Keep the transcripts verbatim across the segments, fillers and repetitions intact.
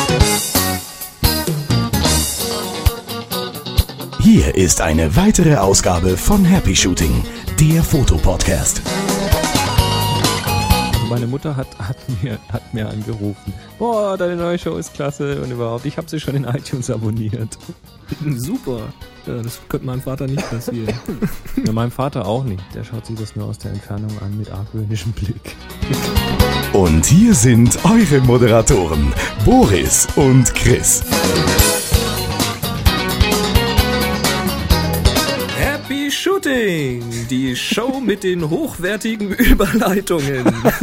Hier ist eine weitere Ausgabe von Happy Shooting, der Fotopodcast. Meine Mutter hat, hat, mir, hat mir angerufen. Boah, deine neue Show ist klasse und überhaupt. Ich habe sie schon in iTunes abonniert. Super. Ja, das könnte meinem Vater nicht passieren. Ja, meinem Vater auch nicht. Der schaut sich das nur aus der Entfernung an mit argwöhnischem Blick. Und hier sind eure Moderatoren, Boris und Chris. Happy Shooting, die Show mit den hochwertigen Überleitungen.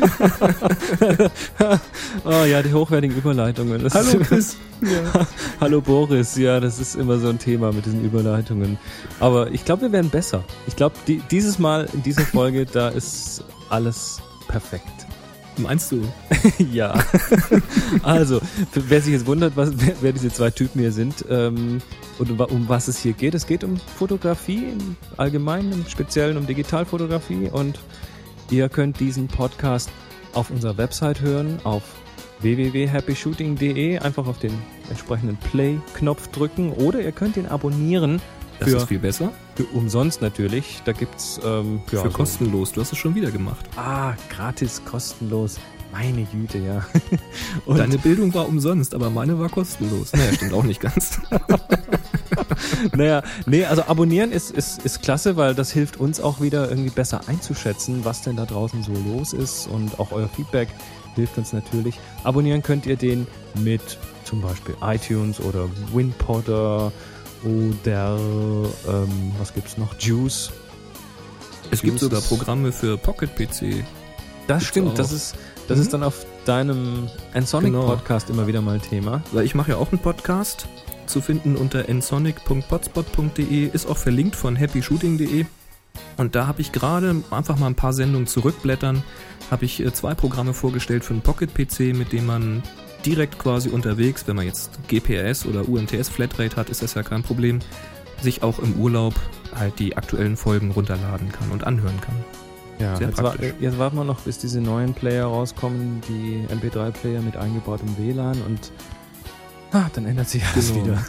Oh ja, die hochwertigen Überleitungen. Das Hallo ist, Chris. Ja. Hallo Boris, ja, das ist immer so ein Thema mit diesen Überleitungen. Aber ich glaube, wir werden besser. Ich glaube, die, dieses Mal in dieser Folge, da ist alles perfekt. Meinst du? Ja. Also, wer sich jetzt wundert, was, wer, wer diese zwei Typen hier sind ähm, und um, um was es hier geht, es geht um Fotografie im Allgemeinen, im Speziellen um Digitalfotografie und ihr könnt diesen Podcast auf unserer Website hören, auf w w w punkt happy shooting punkt d e, einfach auf den entsprechenden Play-Knopf drücken oder ihr könnt ihn abonnieren. Das für, ist viel besser. Für umsonst natürlich. Da gibt's ähm, ja, für so kostenlos. Du hast es schon wieder gemacht. Ah, gratis, kostenlos. Meine Güte, ja. Und deine Bildung war umsonst, aber meine war kostenlos. Naja, stimmt auch nicht ganz. Naja, nee, also abonnieren ist, ist, ist klasse, weil das hilft uns auch wieder irgendwie besser einzuschätzen, was denn da draußen so los ist und auch euer Feedback hilft uns natürlich. Abonnieren könnt ihr den mit zum Beispiel iTunes oder Winpodder oder ähm, was gibt's noch? Juice. Es gibt sogar Programme für Pocket-P C. Das Gibt's stimmt, auch. das ist, das Mhm. ist dann auf deinem Nsonic-Podcast Genau. immer wieder mal Thema. Weil ich mache ja auch einen Podcast, zu finden unter nsonic punkt potspot punkt d e, ist auch verlinkt von happy shooting punkt d e. Und da habe ich gerade einfach mal ein paar Sendungen zurückblättern, habe ich äh, zwei Programme vorgestellt für einen Pocket-P C, mit dem man direkt quasi unterwegs, wenn man jetzt G P R S oder U M T S Flatrate hat, ist das ja kein Problem, sich auch im Urlaub halt die aktuellen Folgen runterladen kann und anhören kann. Ja, Sehr jetzt, wa- praktisch. jetzt warten wir noch, bis diese neuen Player rauskommen, die M P drei Player mit eingebautem W L A N und ah, dann ändert sich alles Genau. wieder.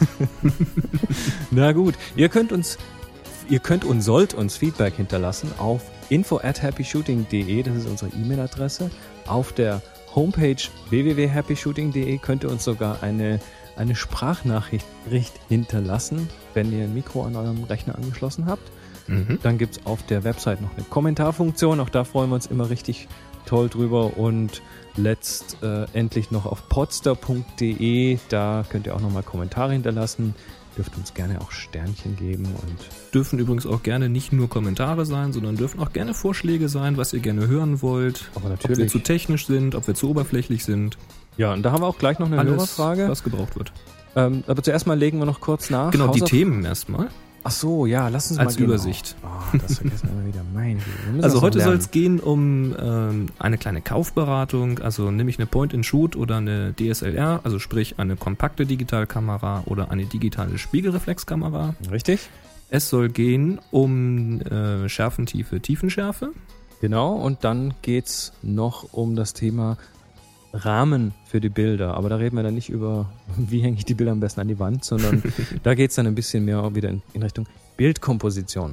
Na gut, ihr könnt uns, ihr könnt und sollt uns Feedback hinterlassen auf info at happy shooting punkt d e, das ist unsere E-Mail-Adresse. Auf der Homepage w w w punkt happy shooting punkt d e könnt ihr uns sogar eine, eine Sprachnachricht Richt hinterlassen, wenn ihr ein Mikro an eurem Rechner angeschlossen habt. Mhm. Dann gibt's auf der Website noch eine Kommentarfunktion, auch da freuen wir uns immer richtig toll drüber und letzt äh, endlich noch auf podster punkt d e, da könnt ihr auch nochmal Kommentare hinterlassen, dürft uns gerne auch Sternchen geben und Dürfen übrigens auch gerne nicht nur Kommentare sein, sondern dürfen auch gerne Vorschläge sein, was ihr gerne hören wollt. aber Ob wir natürlich. zu technisch sind, ob wir zu oberflächlich sind. Ja, und da haben wir auch gleich noch eine Alles, Hörerfrage. was gebraucht wird. Ähm, aber zuerst mal legen wir noch kurz nach. Genau, die Hausauf- Themen erstmal. Ach so, ja, lass uns Als mal genau. Übersicht. Oh, das vergessen wir wieder. Meine Güte. Wir müssen Also das heute noch soll lernen. es gehen um ähm, eine kleine Kaufberatung, also nämlich eine Point-and-Shoot oder eine D S L R, also sprich eine kompakte Digitalkamera oder eine digitale Spiegelreflexkamera. Richtig? Es soll gehen um äh, Schärfentiefe, Tiefenschärfe. Genau, und dann geht's noch um das Thema Rahmen für die Bilder. Aber da reden wir dann nicht über, wie hänge ich die Bilder am besten an die Wand, sondern da geht's dann ein bisschen mehr wieder in, in Richtung Bildkomposition.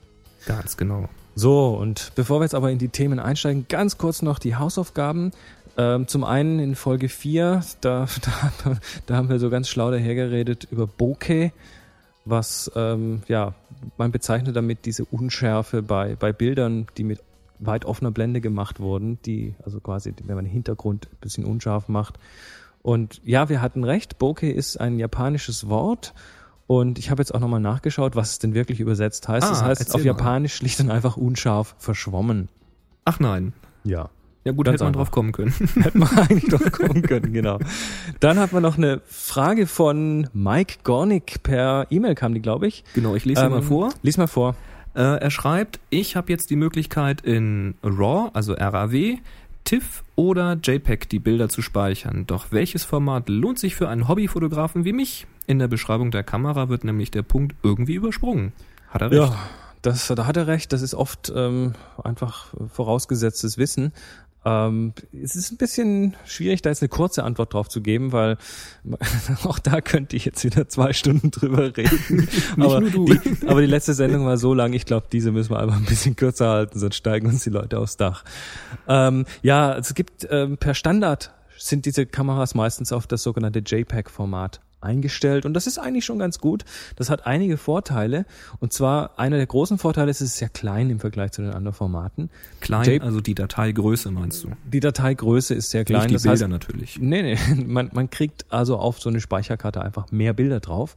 Ganz genau. So, und bevor wir jetzt aber in die Themen einsteigen, ganz kurz noch die Hausaufgaben. Ähm, zum einen in Folge vier, da, da, da haben wir so ganz schlau dahergeredet über Bokeh, was, ähm, ja, man bezeichnet damit diese Unschärfe bei, bei Bildern, die mit weit offener Blende gemacht wurden, die, also quasi, wenn man den Hintergrund ein bisschen unscharf macht. Und ja, wir hatten recht, Bokeh ist ein japanisches Wort und ich habe jetzt auch nochmal nachgeschaut, was es denn wirklich übersetzt heißt. Ah, das heißt erzähl auf mal. Japanisch schlicht und einfach unscharf, verschwommen. Ach nein. Ja. Ja gut, Ganz hätte man einfach. drauf kommen können. Hätten wir eigentlich doch kommen können, genau. Dann hat man noch eine Frage von Mike Gornick per E-Mail kam die, glaube ich. Genau, ich lese sie Ähm, mal vor. Lies mal vor. Äh, er schreibt, ich habe jetzt die Möglichkeit in RAW, also R A W, TIFF oder JPEG die Bilder zu speichern. Doch welches Format lohnt sich für einen Hobbyfotografen wie mich? In der Beschreibung der Kamera wird nämlich der Punkt irgendwie übersprungen. Hat er recht? Ja, das, da hat er recht. Das ist oft ähm, einfach vorausgesetztes Wissen. Ähm, es ist ein bisschen schwierig, da jetzt eine kurze Antwort drauf zu geben, weil auch da könnte ich jetzt wieder zwei Stunden drüber reden. aber, nur du. Die, aber die letzte Sendung war so lang, ich glaube, diese müssen wir einfach ein bisschen kürzer halten, sonst steigen uns die Leute aufs Dach. Ähm, ja, es gibt ähm, per Standard sind diese Kameras meistens auf das sogenannte JPEG-Format eingestellt und das ist eigentlich schon ganz gut. Das hat einige Vorteile und zwar einer der großen Vorteile ist, es ist sehr klein im Vergleich zu den anderen Formaten. Klein, J- also die Dateigröße meinst du? Die Dateigröße ist sehr klein. Nicht die das Bilder heißt, natürlich. Nee, nee, man, man kriegt also auf so eine Speicherkarte einfach mehr Bilder drauf.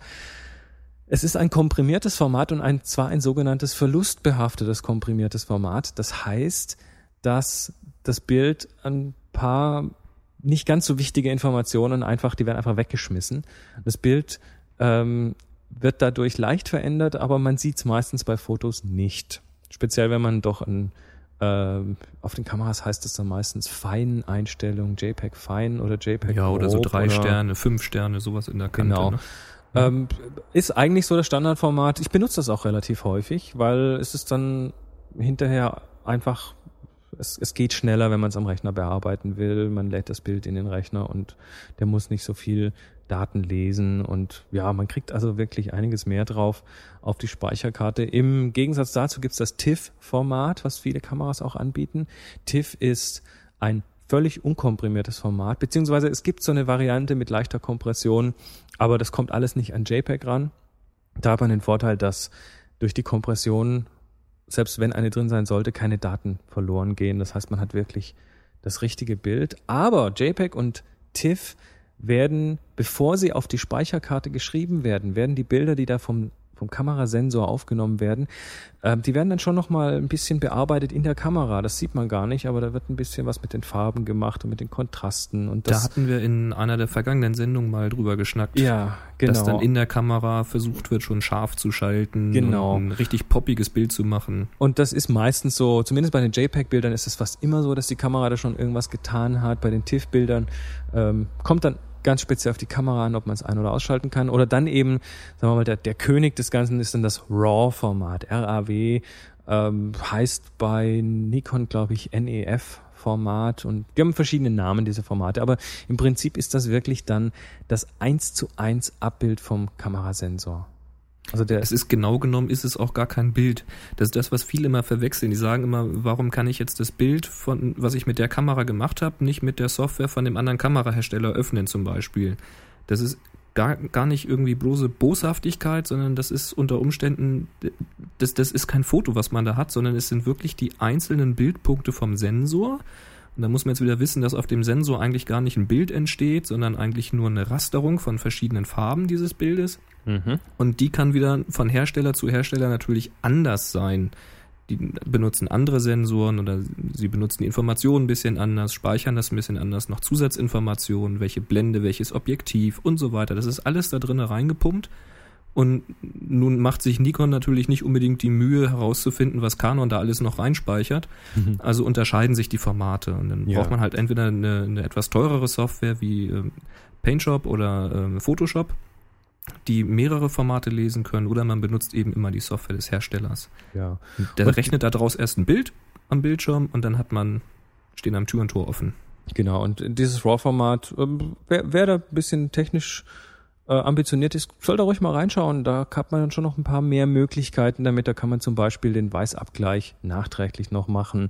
Es ist ein komprimiertes Format und ein, zwar ein sogenanntes verlustbehaftetes komprimiertes Format. Das heißt, dass das Bild ein paar nicht ganz so wichtige Informationen einfach, die werden einfach weggeschmissen. Das Bild ähm, wird dadurch leicht verändert, aber man sieht es meistens bei Fotos nicht. Speziell wenn man doch ein, äh, auf den Kameras heißt es dann meistens Feineinstellung, JPEG Fein oder JPEG Ja, oder so Grob drei oder Sterne, fünf Sterne, sowas in der Kante. Genau. Ne? Ähm, ist eigentlich so das Standardformat. Ich benutze das auch relativ häufig, weil es ist dann hinterher einfach Es, es geht schneller, wenn man es am Rechner bearbeiten will. Man lädt das Bild in den Rechner und der muss nicht so viel Daten lesen und ja, man kriegt also wirklich einiges mehr drauf auf die Speicherkarte. Im Gegensatz dazu gibt es das TIFF-Format, was viele Kameras auch anbieten. TIFF ist ein völlig unkomprimiertes Format, beziehungsweise es gibt so eine Variante mit leichter Kompression, aber das kommt alles nicht an JPEG ran. Da hat man den Vorteil, dass durch die Kompression, selbst wenn eine drin sein sollte, keine Daten verloren gehen. Das heißt, man hat wirklich das richtige Bild. Aber JPEG und TIFF werden, bevor sie auf die Speicherkarte geschrieben werden, werden die Bilder, die da vom vom Kamerasensor aufgenommen werden, äh, die werden dann schon nochmal ein bisschen bearbeitet in der Kamera. Das sieht man gar nicht, aber da wird ein bisschen was mit den Farben gemacht und mit den Kontrasten. Und das da hatten wir in einer der vergangenen Sendungen mal drüber geschnackt. Ja, genau. Dass dann in der Kamera versucht wird, schon scharf zu schalten genau. und ein richtig poppiges Bild zu machen. Und das ist meistens so, zumindest bei den JPEG-Bildern ist es fast immer so, dass die Kamera da schon irgendwas getan hat. Bei den TIFF-Bildern ähm, kommt dann ganz speziell auf die Kamera an, ob man es ein- oder ausschalten kann. Oder dann eben, sagen wir mal, der, der König des Ganzen ist dann das RAW-Format. R A W ähm, heißt bei Nikon, glaube ich, N E F-Format. Und die haben verschiedene Namen, diese Formate. Aber im Prinzip ist das wirklich dann das eins zu eins Abbild vom Kamerasensor. Also der es ist genau genommen, ist es auch gar kein Bild. Das ist das, was viele immer verwechseln. Die sagen immer, warum kann ich jetzt das Bild, von was ich mit der Kamera gemacht habe, nicht mit der Software von dem anderen Kamerahersteller öffnen zum Beispiel. Das ist gar, gar nicht irgendwie bloße Boshaftigkeit, sondern das ist unter Umständen, das, das ist kein Foto, was man da hat, sondern es sind wirklich die einzelnen Bildpunkte vom Sensor. Und da muss man jetzt wieder wissen, dass auf dem Sensor eigentlich gar nicht ein Bild entsteht, sondern eigentlich nur eine Rasterung von verschiedenen Farben dieses Bildes. Mhm. Und die kann wieder von Hersteller zu Hersteller natürlich anders sein. Die benutzen andere Sensoren oder sie benutzen die Informationen ein bisschen anders, speichern das ein bisschen anders, noch Zusatzinformationen, welche Blende, welches Objektiv und so weiter. Das ist alles da drin reingepumpt. Und nun macht sich Nikon natürlich nicht unbedingt die Mühe herauszufinden, was Canon da alles noch reinspeichert. Mhm. Also unterscheiden sich die Formate. Und dann ja. braucht man halt entweder eine, eine etwas teurere Software wie äh, PaintShop oder äh, Photoshop, die mehrere Formate lesen können, oder man benutzt eben immer die Software des Herstellers. Ja. Der und rechnet daraus erst ein Bild am Bildschirm und dann hat man, stehen am Tür und Tor offen. Genau, und dieses RAW-Format, äh, wer, wer da ein bisschen technisch äh, ambitioniert ist, soll da ruhig mal reinschauen. Da hat man dann schon noch ein paar mehr Möglichkeiten damit. Da kann man zum Beispiel den Weißabgleich nachträglich noch machen.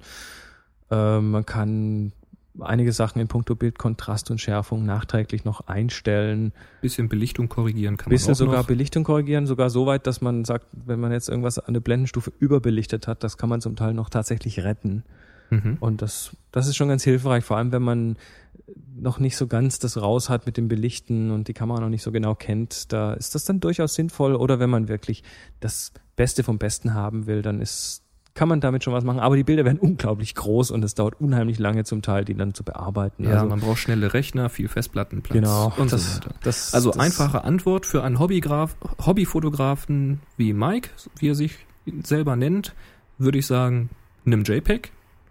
Äh, man kann einige Sachen in puncto Bildkontrast und Schärfung nachträglich noch einstellen. Bisschen Belichtung korrigieren kann man Bisschen auch sogar noch. Belichtung korrigieren, sogar so weit, dass man sagt, wenn man jetzt irgendwas an der Blendenstufe überbelichtet hat, das kann man zum Teil noch tatsächlich retten. Mhm. Und das, das ist schon ganz hilfreich, vor allem wenn man noch nicht so ganz das raus hat mit dem Belichten und die Kamera noch nicht so genau kennt, da ist das dann durchaus sinnvoll. Oder wenn man wirklich das Beste vom Besten haben will, dann ist kann man damit schon was machen, aber die Bilder werden unglaublich groß und es dauert unheimlich lange zum Teil, die dann zu bearbeiten. Ja, also, man braucht schnelle Rechner, viel Festplattenplatz genau, und das, so weiter. Das, also das, einfache Antwort für einen Hobbygraf, Hobbyfotografen wie Mike, wie er sich selber nennt, würde ich sagen, nimm JPEG.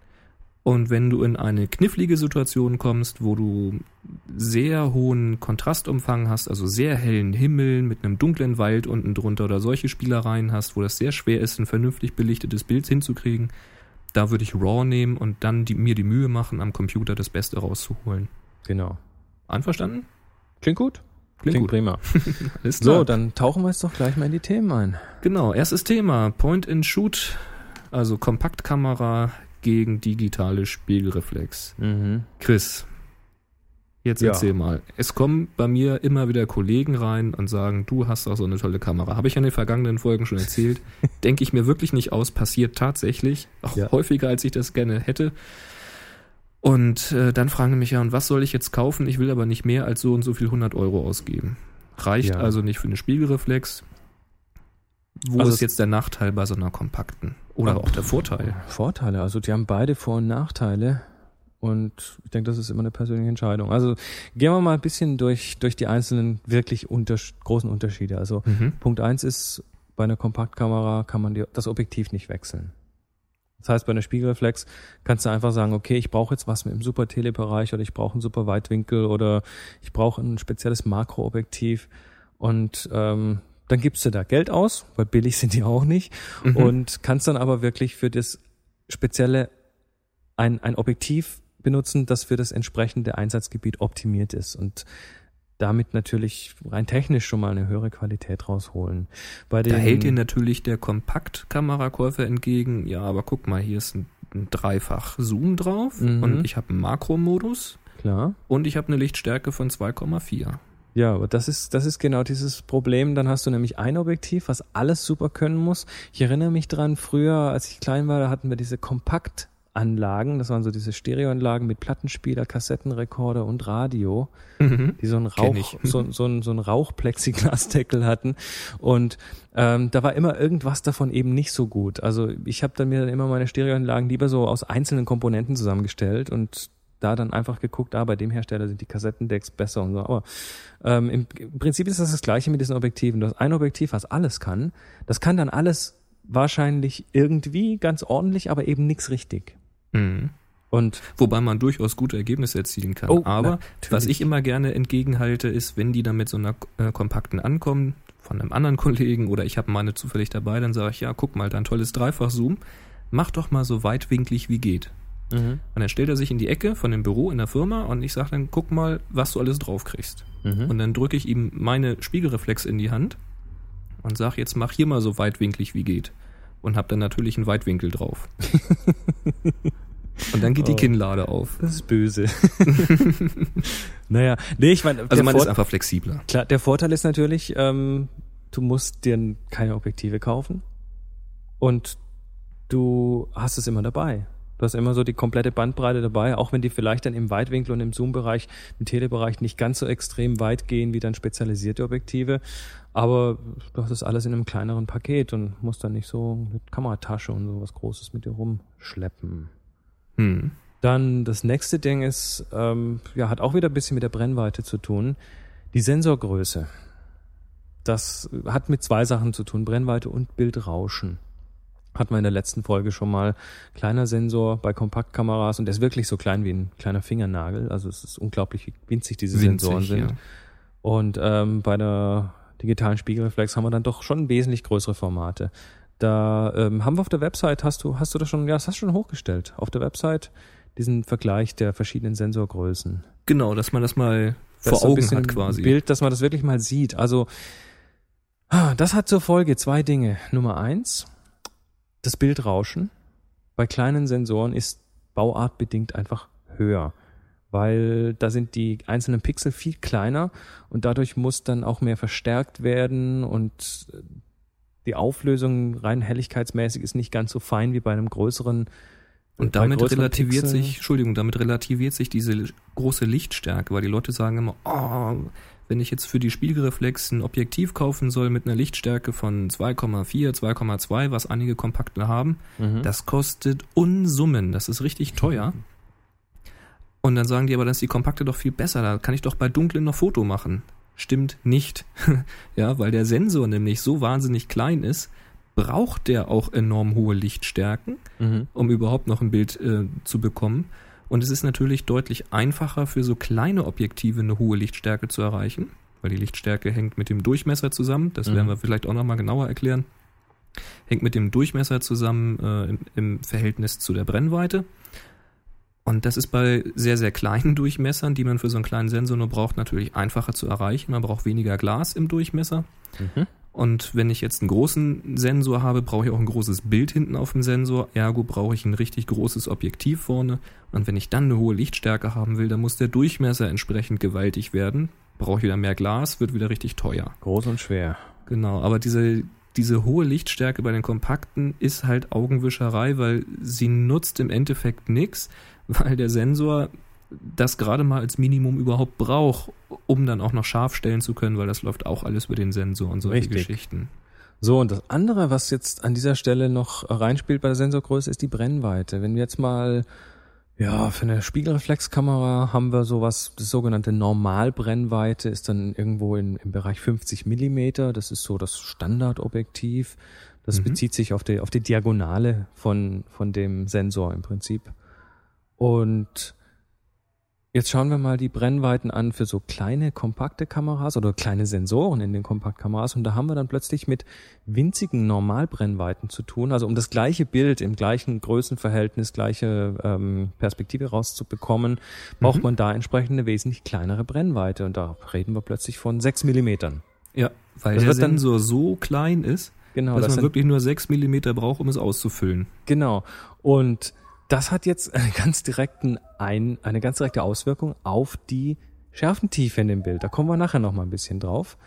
Und wenn du in eine knifflige Situation kommst, wo du sehr hohen Kontrastumfang hast, also sehr hellen Himmel mit einem dunklen Wald unten drunter oder solche Spielereien hast, wo das sehr schwer ist, ein vernünftig belichtetes Bild hinzukriegen, Da würde ich RAW nehmen und dann die, mir die Mühe machen, am Computer das Beste rauszuholen. Genau. Einverstanden? Klingt gut. Klingt, Klingt gut. prima. Alles klar. So, dann tauchen wir jetzt doch gleich mal in die Themen ein. Genau, erstes Thema, Point and Shoot, also Kompaktkamera gegen digitale Spiegelreflex. Mhm. Chris, jetzt Ja. erzähl mal. Es kommen bei mir immer wieder Kollegen rein und sagen, du hast doch so eine tolle Kamera. Habe ich in den vergangenen Folgen schon erzählt. Denke ich mir wirklich nicht aus, passiert tatsächlich. Auch Ja. häufiger, als ich das gerne hätte. Und äh, dann fragen die mich ja, und was soll ich jetzt kaufen? Ich will aber nicht mehr als so und so viel hundert Euro ausgeben. Reicht Ja. also nicht für eine Spiegelreflex. Wo Also ist es- jetzt der Nachteil bei so einer kompakten? Oder auch der Vorteil? Vorteile, also die haben beide Vor- und Nachteile und ich denke, das ist immer eine persönliche Entscheidung. Also gehen wir mal ein bisschen durch, durch die einzelnen wirklich unter, großen Unterschiede. Also Mhm. Punkt eins ist, bei einer Kompaktkamera kann man die, das Objektiv nicht wechseln. Das heißt, bei einer Spiegelreflex kannst du einfach sagen, okay, ich brauche jetzt was mit dem Super-Tele-Bereich oder ich brauche einen Super-Weitwinkel oder ich brauche ein spezielles Makroobjektiv und ähm, dann gibst du da Geld aus, weil billig sind die auch nicht Mhm. und kannst dann aber wirklich für das spezielle ein, ein Objektiv benutzen, das für das entsprechende Einsatzgebiet optimiert ist und damit natürlich rein technisch schon mal eine höhere Qualität rausholen. Bei den, Da hält dir natürlich der Kompaktkamerakäufer entgegen, ja, aber guck mal, hier ist ein, ein Dreifach-Zoom drauf Mhm. und ich habe einen Makromodus klar. und ich habe eine Lichtstärke von zwei Komma vier. Ja, aber das ist, das ist genau dieses Problem. Dann hast du nämlich ein Objektiv, was alles super können muss. Ich erinnere mich dran, früher, als ich klein war, da hatten wir diese Kompaktanlagen. Das waren so diese Stereoanlagen mit Plattenspieler, Kassettenrekorder und Radio, die so einen Kenn Rauch, ich. so, so, ein- so einen Rauchplexiglasdeckel hatten. Und ähm, da war immer irgendwas davon eben nicht so gut. Also ich habe dann mir dann immer meine Stereoanlagen lieber so aus einzelnen Komponenten zusammengestellt und da dann einfach geguckt, ah, bei dem Hersteller sind die Kassettendecks besser und so. Aber ähm, im, im Prinzip ist das das Gleiche mit diesen Objektiven. Du hast ein Objektiv, was alles kann. Das kann dann alles wahrscheinlich irgendwie ganz ordentlich, aber eben nichts richtig. Mhm. Und Wobei man durchaus gute Ergebnisse erzielen kann. Oh, Aber natürlich. was ich immer gerne entgegenhalte, ist, wenn die dann mit so einer äh, kompakten ankommen, von einem anderen Kollegen oder ich habe meine zufällig dabei, dann sage ich, ja, guck mal, da ein tolles Dreifach-Zoom, mach doch mal so weitwinklig wie geht. mhm. Und dann stellt er sich in die Ecke von dem Büro in der Firma und ich sage dann, guck mal, was du alles drauf kriegst. Mhm. Und dann drücke ich ihm meine Spiegelreflex in die Hand und sage, jetzt mach hier mal so weitwinklig wie geht. Und habe dann natürlich einen Weitwinkel drauf. Und dann geht die Oh. Kinnlade auf. Das ist böse. Naja, nee, ich meine, Also der, man Vor- ist einfach flexibler. klar, der Vorteil ist natürlich, ähm, du musst dir keine Objektive kaufen und du hast es immer dabei. Du hast immer so die komplette Bandbreite dabei, auch wenn die vielleicht dann im Weitwinkel und im Zoom-Bereich, im Telebereich nicht ganz so extrem weit gehen wie dann spezialisierte Objektive. Aber du hast das alles in einem kleineren Paket und musst dann nicht so eine Kameratasche und so was Großes mit dir rumschleppen. Hm. Dann das nächste Ding ist, ähm, ja, hat auch wieder ein bisschen mit der Brennweite zu tun. Die Sensorgröße. Das hat mit zwei Sachen zu tun, Brennweite und Bildrauschen. Hatten wir in der letzten Folge schon mal. Kleiner Sensor bei Kompaktkameras und der ist wirklich so klein wie ein kleiner Fingernagel. Also es ist unglaublich, wie winzig diese Winzig, Sensoren sind. ja. Und ähm, bei der digitalen Spiegelreflex haben wir dann doch schon wesentlich größere Formate. Da ähm, haben wir auf der Website, hast du, hast du das schon, ja, das hast du schon hochgestellt. Auf der Website diesen Vergleich der verschiedenen Sensorgrößen. Genau, dass man das mal Das vor ist so ein Augen bisschen hat quasi. Ein Bild, dass man das wirklich mal sieht. Also ah, das hat zur Folge zwei Dinge. Nummer eins, das Bildrauschen bei kleinen Sensoren ist bauartbedingt einfach höher, weil da sind die einzelnen Pixel viel kleiner und dadurch muss dann auch mehr verstärkt werden und die Auflösung rein helligkeitsmäßig ist nicht ganz so fein wie bei einem größeren. Und bei damit größeren relativiert Pixeln. sich, Entschuldigung, damit relativiert sich diese l- große Lichtstärke, weil die Leute sagen immer, oh, wenn ich jetzt für die Spiegelreflex ein Objektiv kaufen soll mit einer Lichtstärke von zwei Komma vier, zwei Komma zwei, was einige Kompakte haben, Mhm. das kostet Unsummen, das ist richtig teuer. Und dann sagen die aber, dann ist die Kompakte doch viel besser, da kann ich doch bei Dunklen noch Foto machen. Stimmt nicht. Ja, weil der Sensor nämlich so wahnsinnig klein ist, braucht der auch enorm hohe Lichtstärken, Mhm. um überhaupt noch ein Bild äh, zu bekommen. Und es ist natürlich deutlich einfacher für so kleine Objektive eine hohe Lichtstärke zu erreichen, weil die Lichtstärke hängt mit dem Durchmesser zusammen. Das Mhm. werden wir vielleicht auch nochmal genauer erklären. Hängt mit dem Durchmesser zusammen äh, im, im Verhältnis zu der Brennweite. Und das ist bei sehr, sehr kleinen Durchmessern, die man für so einen kleinen Sensor nur braucht, natürlich einfacher zu erreichen. Man braucht weniger Glas im Durchmesser. Mhm. Und wenn ich jetzt einen großen Sensor habe, brauche ich auch ein großes Bild hinten auf dem Sensor. Ergo brauche ich ein richtig großes Objektiv vorne. Und wenn ich dann eine hohe Lichtstärke haben will, dann muss der Durchmesser entsprechend gewaltig werden. Brauche ich wieder mehr Glas, wird wieder richtig teuer. Groß und schwer. Genau, aber diese, diese hohe Lichtstärke bei den Kompakten ist halt Augenwischerei, weil sie nutzt im Endeffekt nichts, weil der Sensor das gerade mal als Minimum überhaupt braucht, um dann auch noch scharf stellen zu können, weil das läuft auch alles über den Sensor und solche Richtig. Geschichten. So, und das andere, was jetzt an dieser Stelle noch reinspielt bei der Sensorgröße, ist die Brennweite. Wenn wir jetzt mal, ja, für eine Spiegelreflexkamera haben wir sowas, das sogenannte Normalbrennweite ist dann irgendwo in, im Bereich fünfzig Millimeter. Das ist so das Standardobjektiv. Das mhm. bezieht sich auf die, auf die Diagonale von, von dem Sensor im Prinzip. Und jetzt schauen wir mal die Brennweiten an für so kleine, kompakte Kameras oder kleine Sensoren in den Kompaktkameras. Und da haben wir dann plötzlich mit winzigen Normalbrennweiten zu tun. Also um das gleiche Bild im gleichen Größenverhältnis, gleiche ähm, Perspektive rauszubekommen, braucht mhm. man da entsprechend eine wesentlich kleinere Brennweite. Und da reden wir plötzlich von sechs Millimetern. Ja, weil das der Sensor dann so klein ist, genau, dass das man wirklich nur sechs Millimeter braucht, um es auszufüllen. Genau. Und das hat jetzt eine ganz direkten ein, eine ganz direkte Auswirkung auf die Schärfentiefe in dem Bild. Da kommen wir nachher noch mal ein bisschen drauf.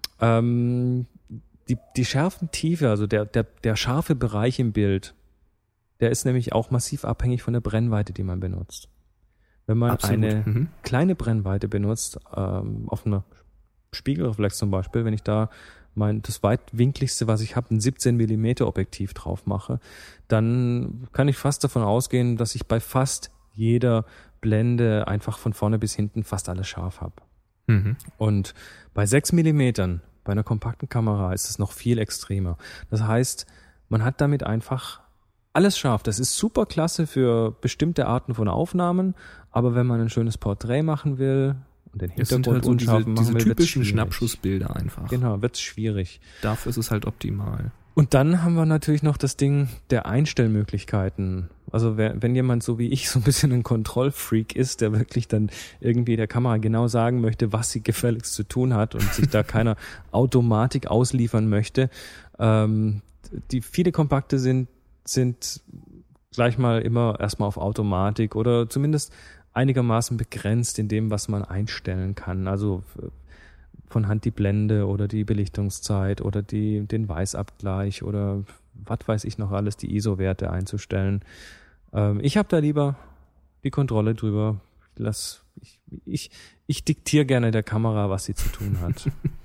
Ähm, die, die Schärfentiefe, also der, der, der scharfe Bereich im Bild, der ist nämlich auch massiv abhängig von der Brennweite, die man benutzt. Wenn man Absolut. eine mhm. kleine Brennweite benutzt, ähm, auf einer Spiegelreflex zum Beispiel, wenn ich da mein das weitwinkligste, was ich habe, ein siebzehn Millimeter Objektiv drauf mache, dann kann ich fast davon ausgehen, dass ich bei fast jeder Blende einfach von vorne bis hinten fast alles scharf habe. Mhm. Und bei sechs Millimetern, bei einer kompakten Kamera, ist es noch viel extremer. Das heißt, man hat damit einfach alles scharf. Das ist super klasse für bestimmte Arten von Aufnahmen, aber wenn man ein schönes Porträt machen will und den Hintergrund halt so unscharf diese, machen diese will, typischen Schnappschussbilder einfach. Genau, wird's schwierig. Dafür ist es halt optimal. Und dann haben wir natürlich noch das Ding der Einstellmöglichkeiten. Also wenn jemand so wie ich so ein bisschen ein Kontrollfreak ist, der wirklich dann irgendwie der Kamera genau sagen möchte, was sie gefälligst zu tun hat und sich da keiner Automatik ausliefern möchte, ähm, die viele Kompakte sind sind gleich mal immer erstmal auf Automatik oder zumindest einigermaßen begrenzt in dem, was man einstellen kann. Also von Hand die Blende oder die Belichtungszeit oder die den Weißabgleich oder was weiß ich noch alles, die I S O-Werte einzustellen. Ähm, ich habe da lieber die Kontrolle drüber. Lass, ich, ich, ich diktiere gerne der Kamera, was sie zu tun hat.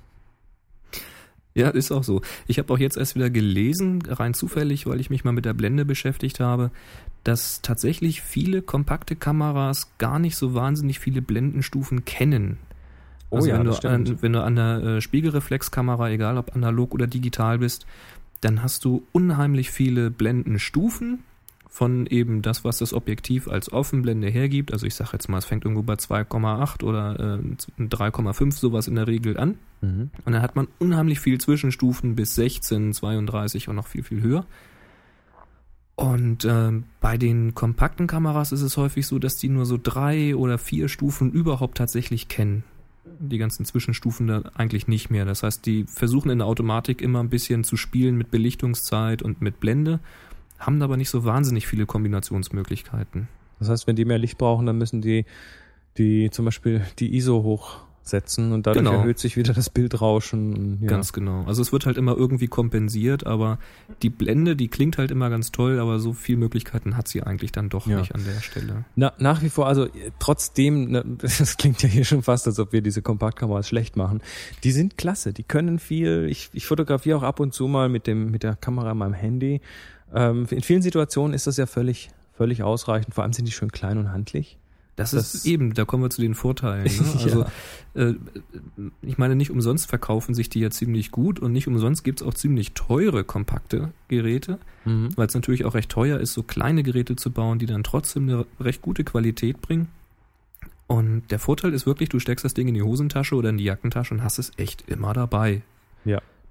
Ja, ist auch so. Ich habe auch jetzt erst wieder gelesen, rein zufällig, weil ich mich mal mit der Blende beschäftigt habe, dass tatsächlich viele kompakte Kameras gar nicht so wahnsinnig viele Blendenstufen kennen. Oh also ja, wenn, das du an, stimmt. wenn du an der äh, Spiegelreflexkamera, egal ob analog oder digital bist, dann hast du unheimlich viele Blendenstufen von eben das, was das Objektiv als Offenblende hergibt. Also ich sage jetzt mal, es fängt irgendwo bei zwei Komma acht oder äh, drei Komma fünf sowas in der Regel an. Mhm. Und dann hat man unheimlich viel Zwischenstufen bis sechzehn, zweiunddreißig und noch viel, viel höher. Und äh, bei den kompakten Kameras ist es häufig so, dass die nur so drei oder vier Stufen überhaupt tatsächlich kennen. Die ganzen Zwischenstufen da eigentlich nicht mehr. Das heißt, die versuchen in der Automatik immer ein bisschen zu spielen mit Belichtungszeit und mit Blende, haben aber nicht so wahnsinnig viele Kombinationsmöglichkeiten. Das heißt, wenn die mehr Licht brauchen, dann müssen die, die zum Beispiel die I S O hochsetzen und dadurch Genau. erhöht sich wieder das Bildrauschen. Ja. Ganz genau. Also es wird halt immer irgendwie kompensiert, aber die Blende, die klingt halt immer ganz toll, aber so viele Möglichkeiten hat sie eigentlich dann doch Ja. nicht an der Stelle. Na, nach wie vor, also trotzdem, ne, das klingt ja hier schon fast, als ob wir diese Kompaktkameras schlecht machen. Die sind klasse, die können viel. Ich, ich fotografiere auch ab und zu mal mit dem mit der Kamera an meinem Handy. Ähm, in vielen Situationen ist das ja völlig völlig ausreichend. Vor allem sind die schön klein und handlich. Das, Das- ist eben, da kommen wir zu den Vorteilen. Ne? Also äh, ich meine, nicht umsonst verkaufen sich die ja ziemlich gut und nicht umsonst gibt's auch ziemlich teure, kompakte Geräte, Mhm. weil es natürlich auch recht teuer ist, so kleine Geräte zu bauen, die dann trotzdem eine recht gute Qualität bringen. Und der Vorteil ist wirklich, du steckst das Ding in die Hosentasche oder in die Jackentasche und hast es echt immer dabei. Ja.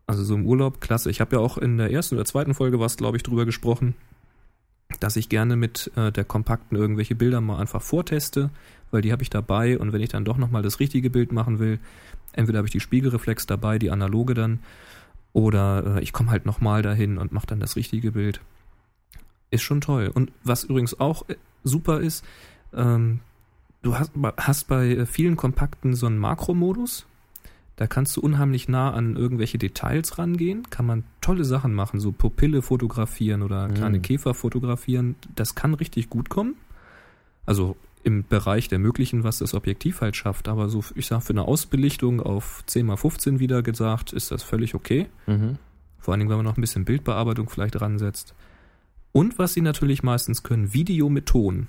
Also so im Urlaub, klasse. Ich habe ja auch in der ersten oder zweiten Folge was, glaube ich, drüber gesprochen, dass ich gerne mit äh, der kompakten irgendwelche Bilder mal einfach vorteste, weil die habe ich dabei und wenn ich dann doch nochmal das richtige Bild machen will, entweder habe ich die Spiegelreflex dabei, die analoge dann, oder äh, ich komme halt nochmal dahin und mache dann das richtige Bild. Ist schon toll. Und was übrigens auch super ist, ähm, du hast, hast bei vielen Kompakten so einen Makromodus. Da kannst du unheimlich nah an irgendwelche Details rangehen, kann man tolle Sachen machen, so Pupille fotografieren oder kleine mhm. Käfer fotografieren. Das kann richtig gut kommen. Also im Bereich der Möglichen, was das Objektiv halt schafft. Aber so, ich sag, für eine Ausbelichtung auf zehn mal fünfzehn wieder gesagt, ist das völlig okay. Mhm. Vor allen Dingen, wenn man noch ein bisschen Bildbearbeitung vielleicht ransetzt. Und was sie natürlich meistens können, Video mit Ton.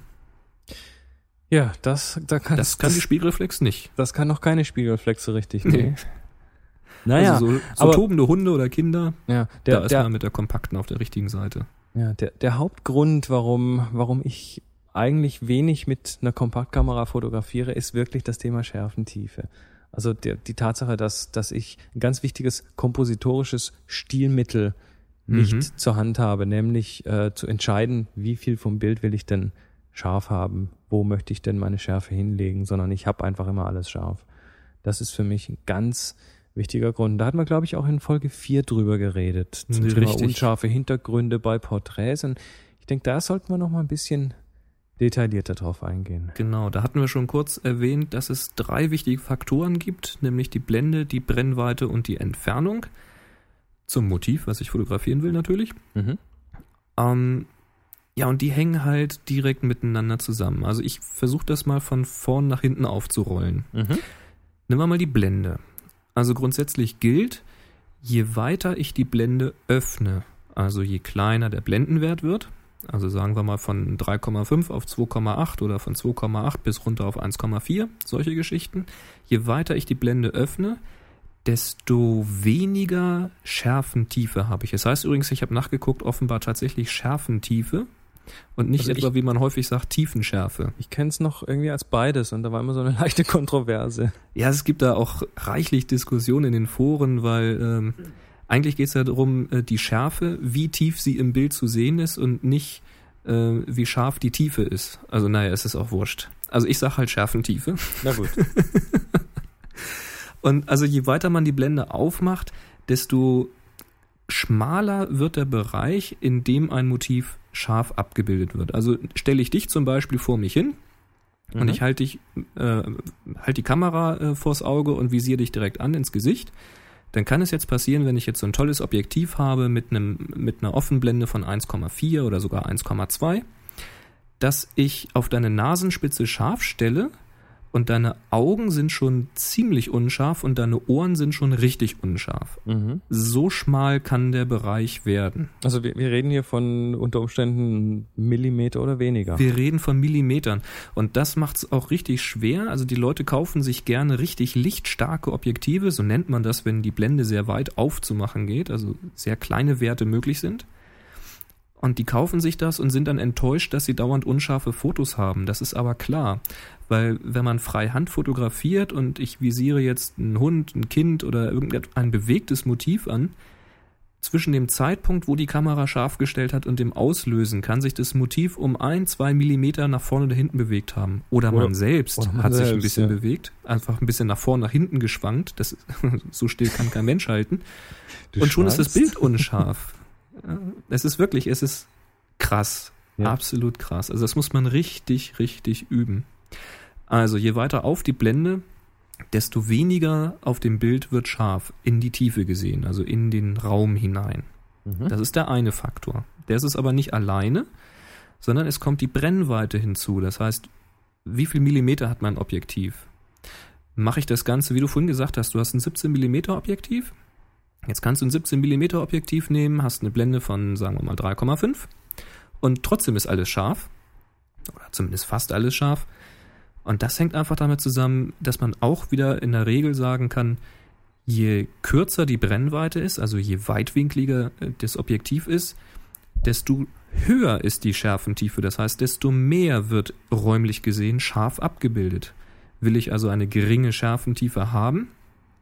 Ja, das, da kann, das kann das, die Spiegelreflex nicht. Das kann noch keine Spiegelreflexe richtig. Nee. Naja, also so, so aber, tobende Hunde oder Kinder, ja, der, da ist der, man mit der kompakten auf der richtigen Seite. Ja, der, der Hauptgrund, warum, warum ich eigentlich wenig mit einer Kompaktkamera fotografiere, ist wirklich das Thema Schärfentiefe. Also der, die Tatsache, dass, dass ich ein ganz wichtiges kompositorisches Stilmittel nicht mhm. zur Hand habe, nämlich äh, zu entscheiden, wie viel vom Bild will ich denn scharf haben, wo möchte ich denn meine Schärfe hinlegen, sondern ich habe einfach immer alles scharf. Das ist für mich ein ganz wichtiger Grund. Da hatten wir, glaube ich, auch in Folge vier drüber geredet, zum Thema Richtig. unscharfe Hintergründe bei Porträts. Und ich denke, da sollten wir noch mal ein bisschen detaillierter drauf eingehen. Genau, da hatten wir schon kurz erwähnt, dass es drei wichtige Faktoren gibt, nämlich die Blende, die Brennweite und die Entfernung. Zum Motiv, was ich fotografieren will natürlich. Mhm. Ähm, Ja, und die hängen halt direkt miteinander zusammen. Also ich versuche das mal von vorn nach hinten aufzurollen. Mhm. Nehmen wir mal die Blende. Also grundsätzlich gilt, je weiter ich die Blende öffne, also je kleiner der Blendenwert wird, also sagen wir mal von drei Komma fünf auf zwei Komma acht oder von zwei Komma acht bis runter auf eins Komma vier, solche Geschichten. Je weiter ich die Blende öffne, desto weniger Schärfentiefe habe ich. Das heißt übrigens, ich habe nachgeguckt, offenbar tatsächlich Schärfentiefe und nicht also etwa, ich, wie man häufig sagt, Tiefenschärfe. Ich kenne es noch irgendwie als beides und da war immer so eine leichte Kontroverse. Ja, es gibt da auch reichlich Diskussionen in den Foren, weil ähm, eigentlich geht es ja darum, äh, die Schärfe, wie tief sie im Bild zu sehen ist und nicht, äh, wie scharf die Tiefe ist. Also naja, es ist auch wurscht. Also ich sage halt Schärfentiefe. Na gut. Und also je weiter man die Blende aufmacht, desto schmaler wird der Bereich, in dem ein Motiv scharf abgebildet wird. Also stelle ich dich zum Beispiel vor mich hin mhm. und ich halte dich, äh, halt die Kamera äh, vors Auge und visiere dich direkt an ins Gesicht. Dann kann es jetzt passieren, wenn ich jetzt so ein tolles Objektiv habe mit einem mit einer Offenblende von eins Komma vier oder sogar eins Komma zwei, dass ich auf deine Nasenspitze scharf stelle und deine Augen sind schon ziemlich unscharf und deine Ohren sind schon richtig unscharf. Mhm. So schmal kann der Bereich werden. Also wir, wir reden hier von unter Umständen Millimeter oder weniger. Wir reden von Millimetern. Und das macht es auch richtig schwer. Also die Leute kaufen sich gerne richtig lichtstarke Objektive, so nennt man das, wenn die Blende sehr weit aufzumachen geht, also sehr kleine Werte möglich sind. Und die kaufen sich das und sind dann enttäuscht, dass sie dauernd unscharfe Fotos haben. Das ist aber klar, weil wenn man frei Hand fotografiert und ich visiere jetzt einen Hund, ein Kind oder irgendein bewegtes Motiv an, zwischen dem Zeitpunkt, wo die Kamera scharf gestellt hat und dem Auslösen, kann sich das Motiv um ein, zwei Millimeter nach vorne oder hinten bewegt haben. Oder, oder man selbst oder man hat selbst, sich ein bisschen ja. bewegt, einfach ein bisschen nach vorne, nach hinten geschwankt. Das, so still kann kein Mensch halten. Du und schon schweißt? Ist das Bild unscharf. Es ist wirklich, es ist krass, ja. absolut krass. Also das muss man richtig, richtig üben. Also je weiter auf die Blende, desto weniger auf dem Bild wird scharf, in die Tiefe gesehen, also in den Raum hinein. Mhm. Das ist der eine Faktor. Der ist es aber nicht alleine, sondern es kommt die Brennweite hinzu. Das heißt, wie viel Millimeter hat mein Objektiv? Mache ich das Ganze, wie du vorhin gesagt hast, du hast ein siebzehn Millimeter Objektiv. Jetzt kannst du ein siebzehn Millimeter Objektiv nehmen, hast eine Blende von, sagen wir mal, drei Komma fünf und trotzdem ist alles scharf, oder zumindest fast alles scharf. Und das hängt einfach damit zusammen, dass man auch wieder in der Regel sagen kann, je kürzer die Brennweite ist, also je weitwinkliger das Objektiv ist, desto höher ist die Schärfentiefe. Das heißt, desto mehr wird räumlich gesehen scharf abgebildet. Will ich also eine geringe Schärfentiefe haben,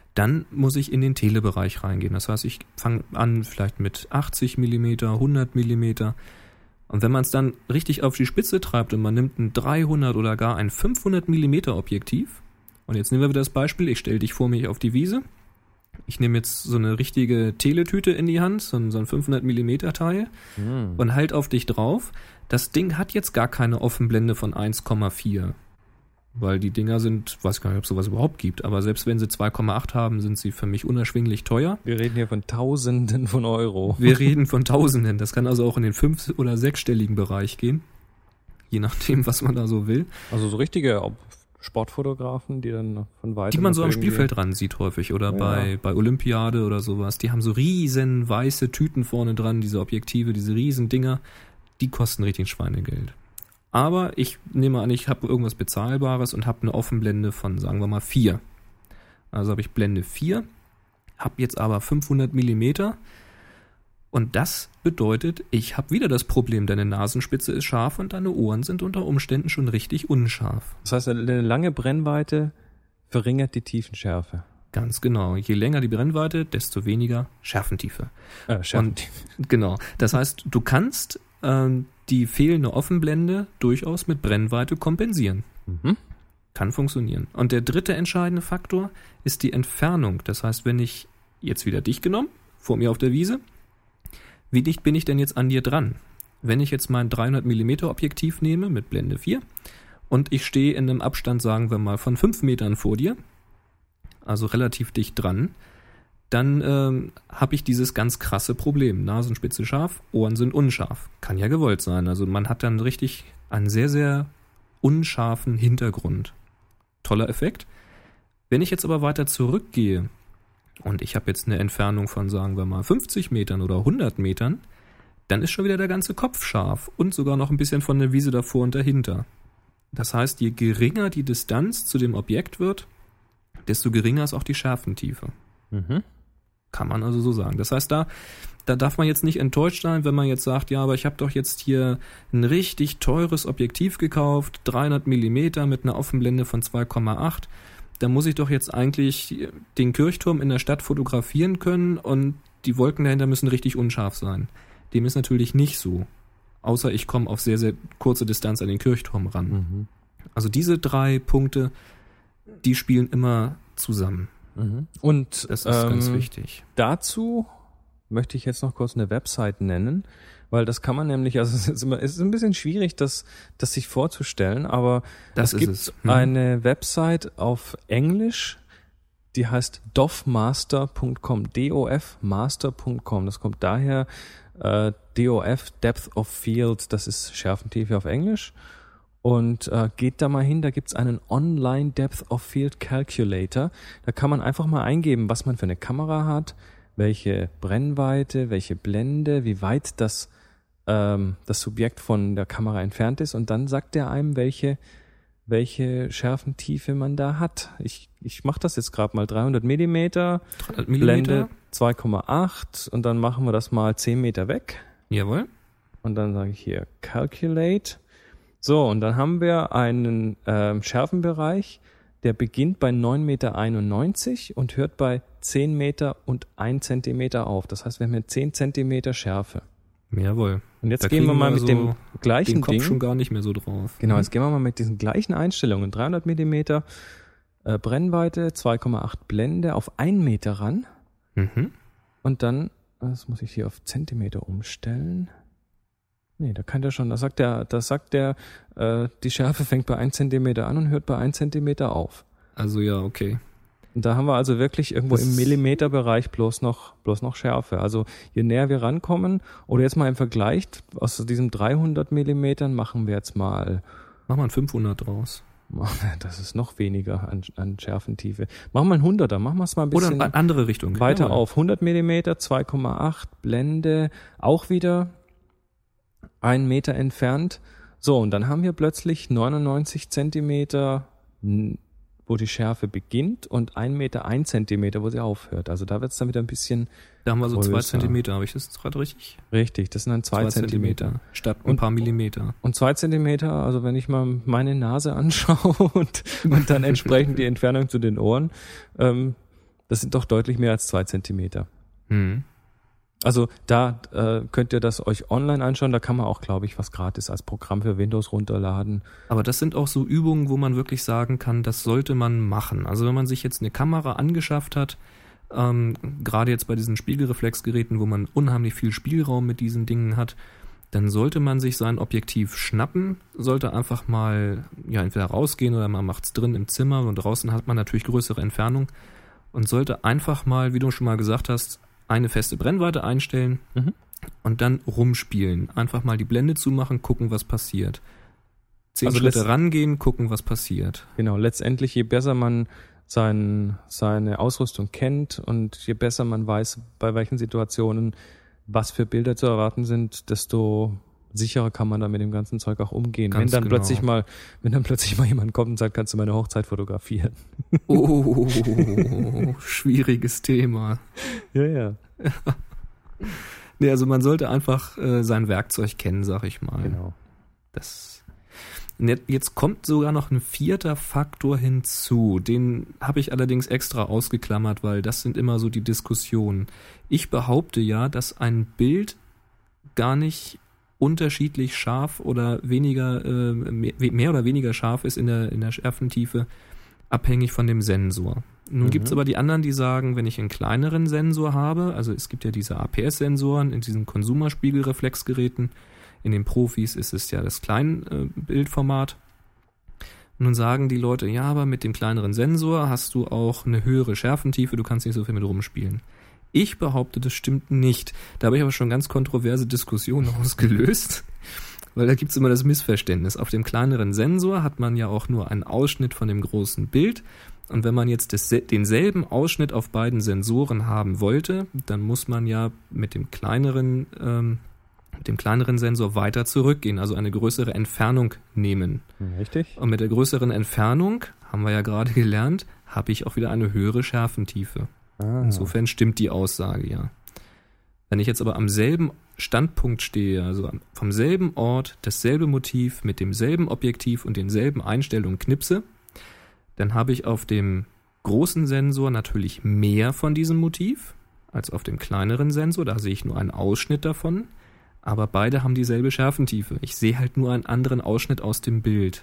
Dann muss ich in den Telebereich reingehen. Das heißt, ich fange an vielleicht mit achtzig Millimeter, hundert Millimeter. Und wenn man es dann richtig auf die Spitze treibt und man nimmt ein dreihundert oder gar ein fünfhundert Millimeter Objektiv, und jetzt nehmen wir wieder das Beispiel, ich stelle dich vor mich auf die Wiese, ich nehme jetzt so eine richtige Teletüte in die Hand, so ein, so ein fünfhundert Millimeter Teil mhm. und halt auf dich drauf. Das Ding hat jetzt gar keine Offenblende von eins Komma vier. Weil die Dinger sind, weiß gar nicht, ob es sowas überhaupt gibt, aber selbst wenn sie zwei Komma acht haben, sind sie für mich unerschwinglich teuer. Wir reden hier von Tausenden von Euro. Wir reden von Tausenden. Das kann also auch in den fünf- oder sechsstelligen Bereich gehen. Je nachdem, was man da so will. Also so richtige Sportfotografen, die dann von weitem... Die man so am Spielfeldrand sieht häufig oder ja. bei, bei Olympiade oder sowas. Die haben so riesen weiße Tüten vorne dran, diese Objektive, diese riesen Dinger. Die kosten richtig Schweinegeld. Aber ich nehme an, ich habe irgendwas Bezahlbares und habe eine Offenblende von, sagen wir mal, vier. Also habe ich Blende vier, habe jetzt aber fünfhundert Millimeter und das bedeutet, ich habe wieder das Problem, deine Nasenspitze ist scharf und deine Ohren sind unter Umständen schon richtig unscharf. Das heißt, eine lange Brennweite verringert die Tiefenschärfe. Ganz genau. Je länger die Brennweite, desto weniger Schärfentiefe. Äh, Schärfentiefe. Und, genau. Das heißt, du kannst ähm, die fehlende Offenblende durchaus mit Brennweite kompensieren. Mhm. Kann funktionieren. Und der dritte entscheidende Faktor ist die Entfernung. Das heißt, wenn ich jetzt wieder dich genommen, vor mir auf der Wiese, wie dicht bin ich denn jetzt an dir dran? Wenn ich jetzt mein dreihundert Millimeter Objektiv nehme mit Blende vier und ich stehe in einem Abstand, sagen wir mal, von fünf Metern vor dir, also relativ dicht dran, dann ähm, habe ich dieses ganz krasse Problem. Nasenspitze scharf, Ohren sind unscharf. Kann ja gewollt sein. Also man hat dann richtig einen sehr, sehr unscharfen Hintergrund. Toller Effekt. Wenn ich jetzt aber weiter zurückgehe und ich habe jetzt eine Entfernung von, sagen wir mal, fünfzig Metern oder hundert Metern, dann ist schon wieder der ganze Kopf scharf und sogar noch ein bisschen von der Wiese davor und dahinter. Das heißt, je geringer die Distanz zu dem Objekt wird, desto geringer ist auch die Schärfentiefe. Mhm. Kann man also so sagen. Das heißt, da, da darf man jetzt nicht enttäuscht sein, wenn man jetzt sagt, ja, aber ich habe doch jetzt hier ein richtig teures Objektiv gekauft, dreihundert Millimeter mit einer Offenblende von zwei Komma acht. Da muss ich doch jetzt eigentlich den Kirchturm in der Stadt fotografieren können und die Wolken dahinter müssen richtig unscharf sein. Dem ist natürlich nicht so. Außer ich komme auf sehr, sehr kurze Distanz an den Kirchturm ran. Mhm. Also diese drei Punkte, die spielen immer zusammen. Mhm. Und das ist ähm, ganz wichtig. Dazu möchte ich jetzt noch kurz eine Website nennen, weil das kann man nämlich, also es ist, immer, es ist ein bisschen schwierig, das, das sich vorzustellen, aber das es gibt es. Mhm. eine Website auf Englisch, die heißt dofmaster punkt com, D O F master punkt com. Das kommt daher, äh, D O F, Depth of Field, das ist Schärfentiefe auf Englisch. Und äh, geht da mal hin, da gibt's einen Online Depth of Field Calculator. Da kann man einfach mal eingeben, was man für eine Kamera hat, welche Brennweite, welche Blende, wie weit das, ähm, das Subjekt von der Kamera entfernt ist. Und dann sagt der einem, welche, welche Schärfentiefe man da hat. Ich, ich mache das jetzt gerade mal dreihundert Millimeter, dreihundert Millimeter, Blende zwei Komma acht und dann machen wir das mal zehn Meter weg. Jawohl. Und dann sage ich hier Calculate. So, und dann haben wir einen ähm, Schärfenbereich, der beginnt bei neun Komma einundneunzig Meter und hört bei zehn Meter und ein Zentimeter auf. Das heißt, wir haben hier zehn Zentimeter Schärfe. Jawohl. Und jetzt da gehen wir mal mit so dem gleichen den Kopf Ding. schon gar nicht mehr so drauf. Genau, jetzt gehen wir mal mit diesen gleichen Einstellungen. dreihundert Millimeter äh, Brennweite, zwei Komma acht Blende auf einen Meter ran. Mhm. Und dann, das muss ich hier auf Zentimeter umstellen. Nee, da kann der schon, da sagt der, da sagt der, äh, die Schärfe fängt bei ein Zentimeter an und hört bei ein Zentimeter auf. Also ja, okay. Und da haben wir also wirklich irgendwo das im Millimeterbereich bloß noch, bloß noch Schärfe. Also je näher wir rankommen, oder jetzt mal im Vergleich, aus diesem dreihundert Millimetern machen wir jetzt mal... Mach mal ein fünfhundert draus. Das ist noch weniger an, an Schärfentiefe. Machen wir ein hunderter, machen wir es mal ein bisschen... Oder in andere Richtung. Weiter ja, auf. hundert Millimeter, zwei Komma acht, Blende, auch wieder... einen Meter entfernt. So, und dann haben wir plötzlich neunundneunzig Zentimeter, wo die Schärfe beginnt und ein Meter, ein Zentimeter, wo sie aufhört. Also da wird es dann wieder ein bisschen Da haben wir so größer. zwei Zentimeter, habe ich das gerade richtig? Richtig, das sind dann zwei, zwei Zentimeter. Zentimeter. Statt ein und, paar Millimeter. Und zwei Zentimeter, also wenn ich mal meine Nase anschaue und, und dann entsprechend die Entfernung zu den Ohren, ähm, Das sind doch deutlich mehr als zwei Zentimeter. Hm. Also da äh, könnt ihr das euch online anschauen. Da kann man auch, glaube ich, was gratis als Programm für Windows runterladen. Aber das sind auch so Übungen, wo man wirklich sagen kann, das sollte man machen. Also wenn man sich jetzt eine Kamera angeschafft hat, ähm, gerade jetzt bei diesen Spiegelreflexgeräten, wo man unheimlich viel Spielraum mit diesen Dingen hat, dann sollte man sich sein Objektiv schnappen, sollte einfach mal ja entweder rausgehen oder man macht es drin im Zimmer und draußen hat man natürlich größere Entfernung und sollte einfach mal, wie du schon mal gesagt hast, eine feste Brennweite einstellen mhm. und dann rumspielen. Einfach mal die Blende zumachen, gucken, was passiert. Zehn also Schritte rangehen, gucken, was passiert. Genau, letztendlich, je besser man sein, seine Ausrüstung kennt und je besser man weiß, bei welchen Situationen was für Bilder zu erwarten sind, desto sicherer kann man da mit dem ganzen Zeug auch umgehen. Ganz wenn dann genau. plötzlich mal, wenn dann plötzlich mal jemand kommt und sagt, kannst du meine Hochzeit fotografieren? Oh, schwieriges Thema. Ja, ja. Nee, also man sollte einfach äh, sein Werkzeug kennen, sag ich mal. Genau. Das, jetzt kommt sogar noch ein vierter Faktor hinzu. Den habe ich allerdings extra ausgeklammert, weil das sind immer so die Diskussionen. Ich behaupte ja, dass ein Bild gar nicht unterschiedlich scharf oder weniger, äh, mehr oder weniger scharf ist in der, in der Schärfentiefe, abhängig von dem Sensor. Nun mhm. gibt es aber die anderen, die sagen, wenn ich einen kleineren Sensor habe, also es gibt ja diese A P S-Sensoren in diesen Konsumerspiegelreflexgeräten, in den Profis ist es ja das Kleinbildformat. Nun sagen die Leute, ja, aber mit dem kleineren Sensor hast du auch eine höhere Schärfentiefe, du kannst nicht so viel mit rumspielen. Ich behaupte, das stimmt nicht. Da habe ich aber schon ganz kontroverse Diskussionen ausgelöst, weil da gibt es immer das Missverständnis. Auf dem kleineren Sensor hat man ja auch nur einen Ausschnitt von dem großen Bild. Und wenn man jetzt das, denselben Ausschnitt auf beiden Sensoren haben wollte, dann muss man ja mit dem kleineren, ähm, mit dem kleineren Sensor weiter zurückgehen, also eine größere Entfernung nehmen. Richtig. Und mit der größeren Entfernung, haben wir ja gerade gelernt, habe ich auch wieder eine höhere Schärfentiefe. Ah. Insofern stimmt die Aussage, ja. Wenn ich jetzt aber am selben Standpunkt stehe, also vom selben Ort, dasselbe Motiv mit demselben Objektiv und denselben Einstellungen knipse, dann habe ich auf dem großen Sensor natürlich mehr von diesem Motiv als auf dem kleineren Sensor. Da sehe ich nur einen Ausschnitt davon, aber beide haben dieselbe Schärfentiefe. Ich sehe halt nur einen anderen Ausschnitt aus dem Bild.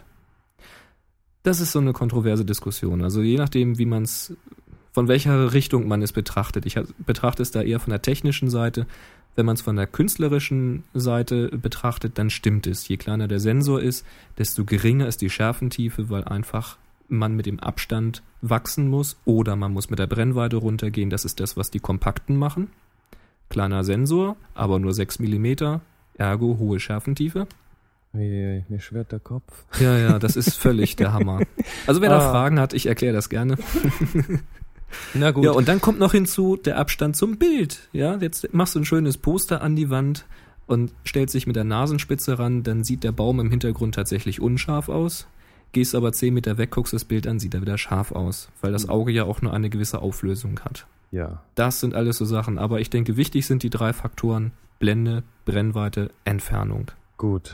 Das ist so eine kontroverse Diskussion. Also je nachdem, wie man es, von welcher Richtung man es betrachtet. Ich betrachte es da eher von der technischen Seite. Wenn man es von der künstlerischen Seite betrachtet, dann stimmt es. Je kleiner der Sensor ist, desto geringer ist die Schärfentiefe, weil einfach man mit dem Abstand wachsen muss oder man muss mit der Brennweite runtergehen. Das ist das, was die Kompakten machen. Kleiner Sensor, aber nur sechs Millimeter, ergo hohe Schärfentiefe. Mir schwirrt der Kopf. Ja, ja, das ist völlig der Hammer. Also wer ah. da Fragen hat, ich erkläre das gerne. Na gut. Ja, und dann kommt noch hinzu der Abstand zum Bild. Ja, jetzt machst du ein schönes Poster an die Wand und stellst dich mit der Nasenspitze ran, dann sieht der Baum im Hintergrund tatsächlich unscharf aus. Gehst aber zehn Meter weg, guckst das Bild an, sieht er wieder scharf aus, weil das Auge ja auch nur eine gewisse Auflösung hat. Ja. Das sind alles so Sachen, aber ich denke, wichtig sind die drei Faktoren: Blende, Brennweite, Entfernung. Gut.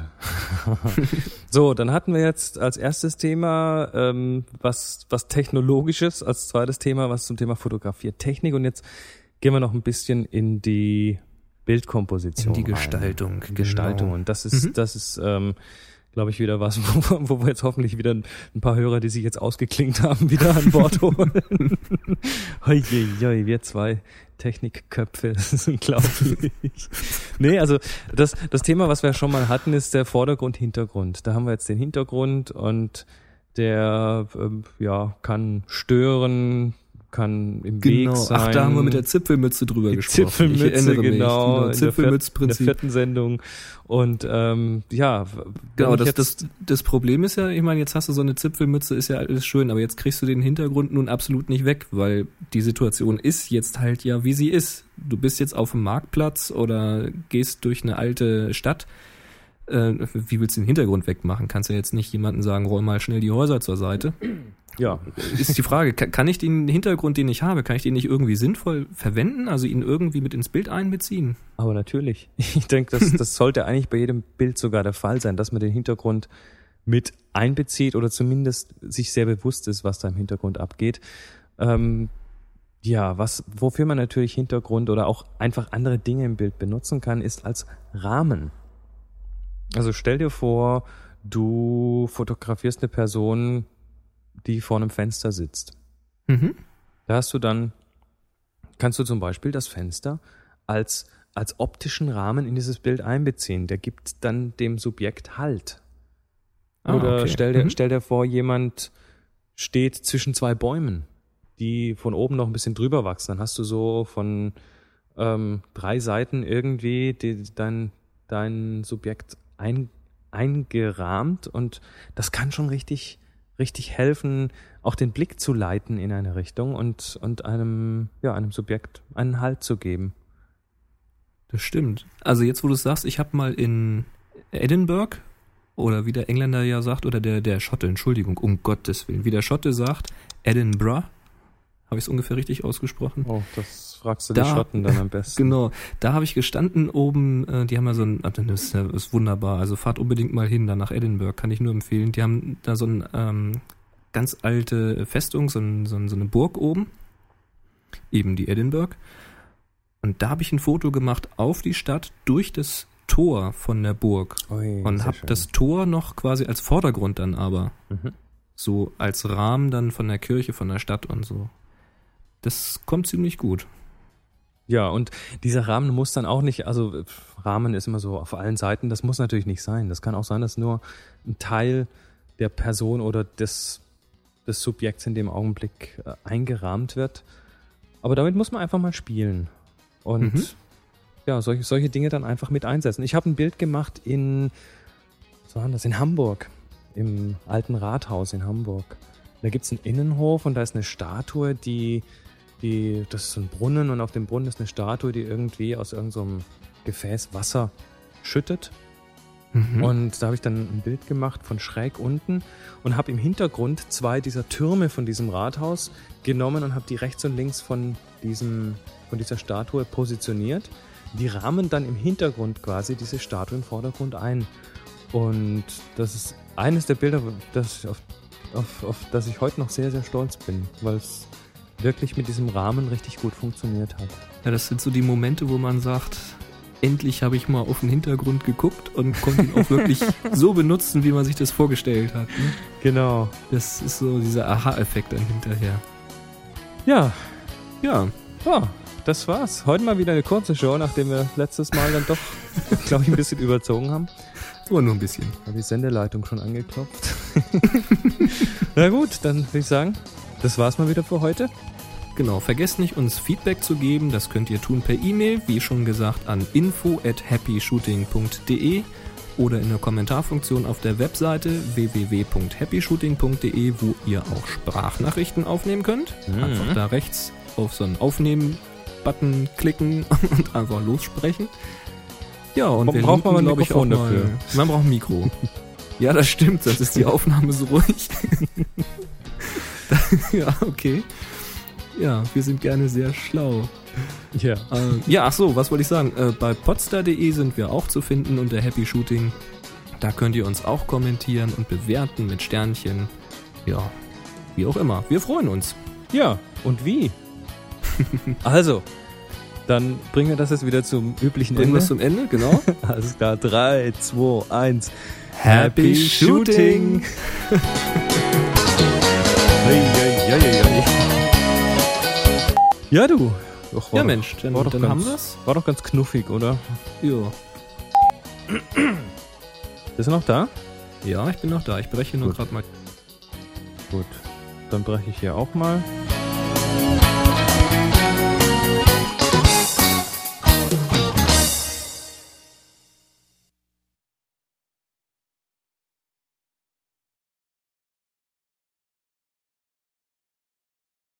So, dann hatten wir jetzt als erstes Thema ähm, was was Technologisches, als zweites Thema was zum Thema Fotografiertechnik und jetzt gehen wir noch ein bisschen in die Bildkomposition, in die Gestaltung, rein. Gestaltung genau. Und das ist mhm. das ist ähm, glaube ich, wieder was, wo, wo wir jetzt hoffentlich wieder ein, ein paar Hörer, die sich jetzt ausgeklinkt haben, wieder an Bord holen. Hoi, hoi, wir zwei Technikköpfe, das ist unglaublich. Nee, also das, das Thema, was wir schon mal hatten, ist der Vordergrund, Hintergrund. Da haben wir jetzt den Hintergrund und der ähm, ja kann stören, kann im genau. Weg sein. Ach, da haben wir mit der Zipfelmütze drüber die gesprochen. Zipfelmütze, ich erinnere genau. mich. genau Zipfelmützprinzip. In der vierten Sendung. Und ähm, ja. Genau, das, das, das Problem ist ja, ich meine, jetzt hast du so eine Zipfelmütze, ist ja alles schön, aber jetzt kriegst du den Hintergrund nun absolut nicht weg, weil die Situation ist jetzt halt ja, wie sie ist. Du bist jetzt auf dem Marktplatz oder gehst durch eine alte Stadt. Äh, wie willst du den Hintergrund wegmachen? Kannst ja jetzt nicht jemanden sagen, räum mal schnell die Häuser zur Seite. Ja, ist die Frage, kann ich den Hintergrund, den ich habe, kann ich den nicht irgendwie sinnvoll verwenden, also ihn irgendwie mit ins Bild einbeziehen? Aber natürlich. Ich denke, das, das sollte eigentlich bei jedem Bild sogar der Fall sein, dass man den Hintergrund mit einbezieht oder zumindest sich sehr bewusst ist, was da im Hintergrund abgeht. Ähm, Ja, was, wofür man natürlich Hintergrund oder auch einfach andere Dinge im Bild benutzen kann, ist als Rahmen. Also stell dir vor, du fotografierst eine Person, die vor einem Fenster sitzt. Mhm. Da hast du dann, kannst du zum Beispiel das Fenster als, als optischen Rahmen in dieses Bild einbeziehen. Der gibt dann dem Subjekt Halt. Ah, Oder okay. stell dir, Mhm. stell dir vor, jemand steht zwischen zwei Bäumen, die von oben noch ein bisschen drüber wachsen. Dann hast du so von ähm, drei Seiten irgendwie die, dein, dein Subjekt ein, eingerahmt und das kann schon richtig, richtig helfen, auch den Blick zu leiten in eine Richtung und, und einem, ja, einem Subjekt einen Halt zu geben. Das stimmt. Also jetzt, wo du es sagst, ich habe mal in Edinburgh, oder wie der Engländer ja sagt, oder der, der Schotte, Entschuldigung, um Gottes Willen, wie der Schotte sagt, Edinburgh, habe ich es ungefähr richtig ausgesprochen? Oh, das fragst du Da- die Schotten dann am besten. Genau, da habe ich gestanden oben, äh, die haben ja so ein, ah, das ist, ja- ist wunderbar, also fahrt unbedingt mal hin, da nach Edinburgh, kann ich nur empfehlen. Die haben da so eine ähm, ganz alte Festung, so, ein, so, ein, so eine Burg oben, eben die Edinburgh. Und da habe ich ein Foto gemacht auf die Stadt durch das Tor von der Burg Ui, und sehr habe schön. das Tor noch quasi als Vordergrund dann aber, Mhm. so als Rahmen dann von der Kirche, von der Stadt und so. Das kommt ziemlich gut. Ja, und dieser Rahmen muss dann auch nicht, also äh, Rahmen ist immer so auf allen Seiten, das muss natürlich nicht sein. Das kann auch sein, dass nur ein Teil der Person oder des, des Subjekts in dem Augenblick äh, eingerahmt wird. Aber damit muss man einfach mal spielen. Und Mhm. ja, solche, solche Dinge dann einfach mit einsetzen. Ich habe ein Bild gemacht in, was war das, in Hamburg, im alten Rathaus in Hamburg. Da gibt's einen Innenhof und da ist eine Statue, die Die, das ist so ein Brunnen und auf dem Brunnen ist eine Statue, die irgendwie aus irgendeinem so einem Gefäß Wasser schüttet. Mhm. Und da habe ich dann ein Bild gemacht von schräg unten und habe im Hintergrund zwei dieser Türme von diesem Rathaus genommen und habe die rechts und links von, diesem, von dieser Statue positioniert. Die rahmen dann im Hintergrund quasi diese Statue im Vordergrund ein. Und das ist eines der Bilder, das, auf, auf, auf das ich heute noch sehr, sehr stolz bin, weil es wirklich mit diesem Rahmen richtig gut funktioniert hat. Ja, das sind so die Momente, wo man sagt, endlich habe ich mal auf den Hintergrund geguckt und konnte ihn auch wirklich so benutzen, wie man sich das vorgestellt hat. Ne? Genau. Das ist so dieser Aha-Effekt dann hinterher. Ja, Ja, ja, das war's. Heute mal wieder eine kurze Show, nachdem wir letztes Mal dann doch, glaube ich, ein bisschen überzogen haben. aber nur ein bisschen. Habe die Sendeleitung schon angeklopft. Na gut, dann würde ich sagen, das war's mal wieder für heute. Genau, vergesst nicht, uns Feedback zu geben. Das könnt ihr tun per E-Mail, wie schon gesagt, an info at happy shooting punkt de oder in der Kommentarfunktion auf der Webseite w w w punkt happy shooting punkt de, wo ihr auch Sprachnachrichten aufnehmen könnt. Mhm. Einfach da rechts auf so einen Aufnehmen-Button klicken und einfach lossprechen. Ja, und Warum wir braucht man linken, ein glaub ich, Mikrofon auch mal- dafür? Man braucht ein Mikro. Ja, das stimmt, sonst ist die Aufnahme so ruhig. Ja, okay. Ja, wir sind gerne sehr schlau. Ja. Äh, ja, ach so, was wollte ich sagen? Äh, bei podstar punkt de sind wir auch zu finden unter Happy Shooting. Da könnt ihr uns auch kommentieren und bewerten mit Sternchen. Ja, wie auch immer. Wir freuen uns. Ja, und wie? Also, dann bringen wir das jetzt wieder zum üblichen Bringen wir Ende. es zum Ende, genau. Alles klar, drei, zwei, eins. Happy Shooting! Ja, du. Doch, war Ja, doch- Mensch, dann, war doch dann ganz, haben wir's. War doch ganz knuffig, oder? Ja. Bist du noch da? Ja, ich bin noch da. Ich breche nur Gut. gerade mal. Gut. Dann breche ich hier auch mal.